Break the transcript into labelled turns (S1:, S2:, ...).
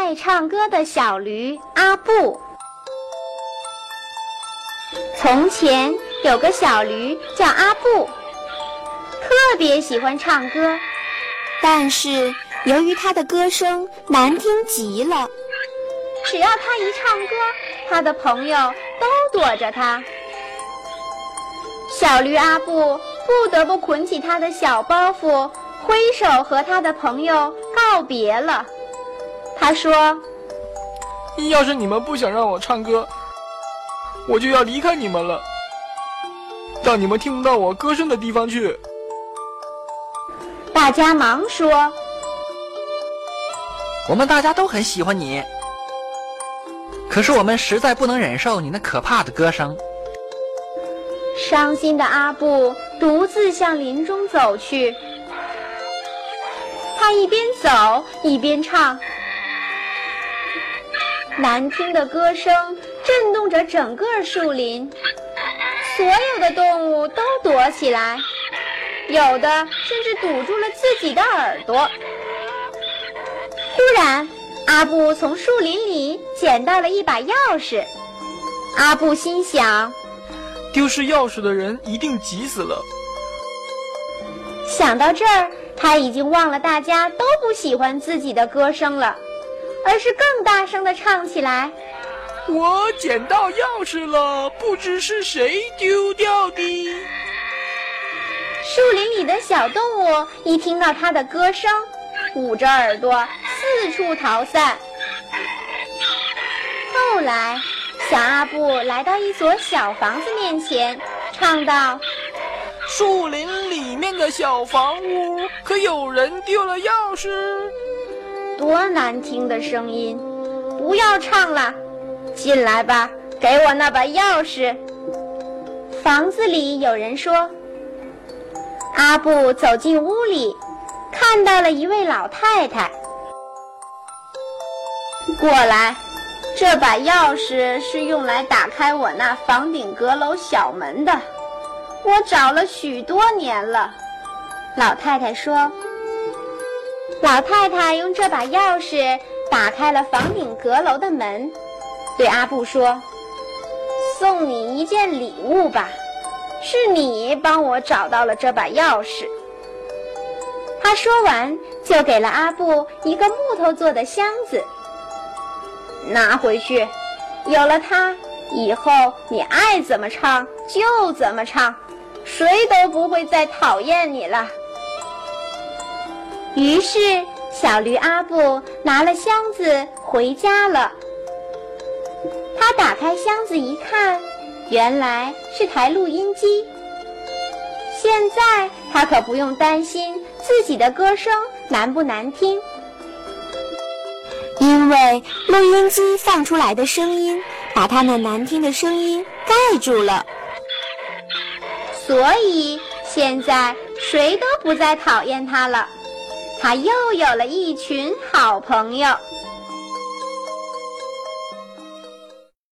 S1: 爱唱歌的小驴阿布。从前有个小驴叫阿布，特别喜欢唱歌，
S2: 但是由于他的歌声难听极了，
S1: 只要他一唱歌，他的朋友都躲着他。小驴阿布不得不捆起他的小包袱，挥手和他的朋友告别了。他说：
S3: 要是你们不想让我唱歌，我就要离开你们了，到你们听不到我歌声的地方去。
S1: 大家忙说：
S4: 我们大家都很喜欢你，可是我们实在不能忍受你那可怕的歌声。
S1: 伤心的阿布独自向林中走去，他一边走一边唱，难听的歌声震动着整个树林，所有的动物都躲起来，有的甚至堵住了自己的耳朵。突然，阿布从树林里捡到了一把钥匙。阿布心想，
S3: 丢失钥匙的人一定急死了。
S1: 想到这儿，他已经忘了大家都不喜欢自己的歌声了，而是更大声地唱起来：
S3: 我捡到钥匙了，不知是谁丢掉的。
S1: 树林里的小动物一听到他的歌声，捂着耳朵四处逃散。后来，小阿布来到一所小房子面前，唱道：
S3: 树林里面的小房屋，可有人丢了钥匙？
S1: 多难听的声音！不要唱了，进来吧，给我那把钥匙。房子里有人说。阿布走进屋里，看到了一位老太太。过来，这把钥匙是用来打开我那房顶阁楼小门的，我找了许多年了。老太太说。老太太用这把钥匙打开了房顶阁楼的门，对阿布说：送你一件礼物吧，是你帮我找到了这把钥匙。他说完，就给了阿布一个木头做的箱子。拿回去，有了它，以后你爱怎么唱就怎么唱，谁都不会再讨厌你了。于是，小驴阿布拿了箱子回家了。他打开箱子一看，原来是台录音机。现在他可不用担心自己的歌声难不难听，
S2: 因为录音机放出来的声音把他那难听的声音盖住了，
S1: 所以现在谁都不再讨厌他了。他又有了一群好朋友。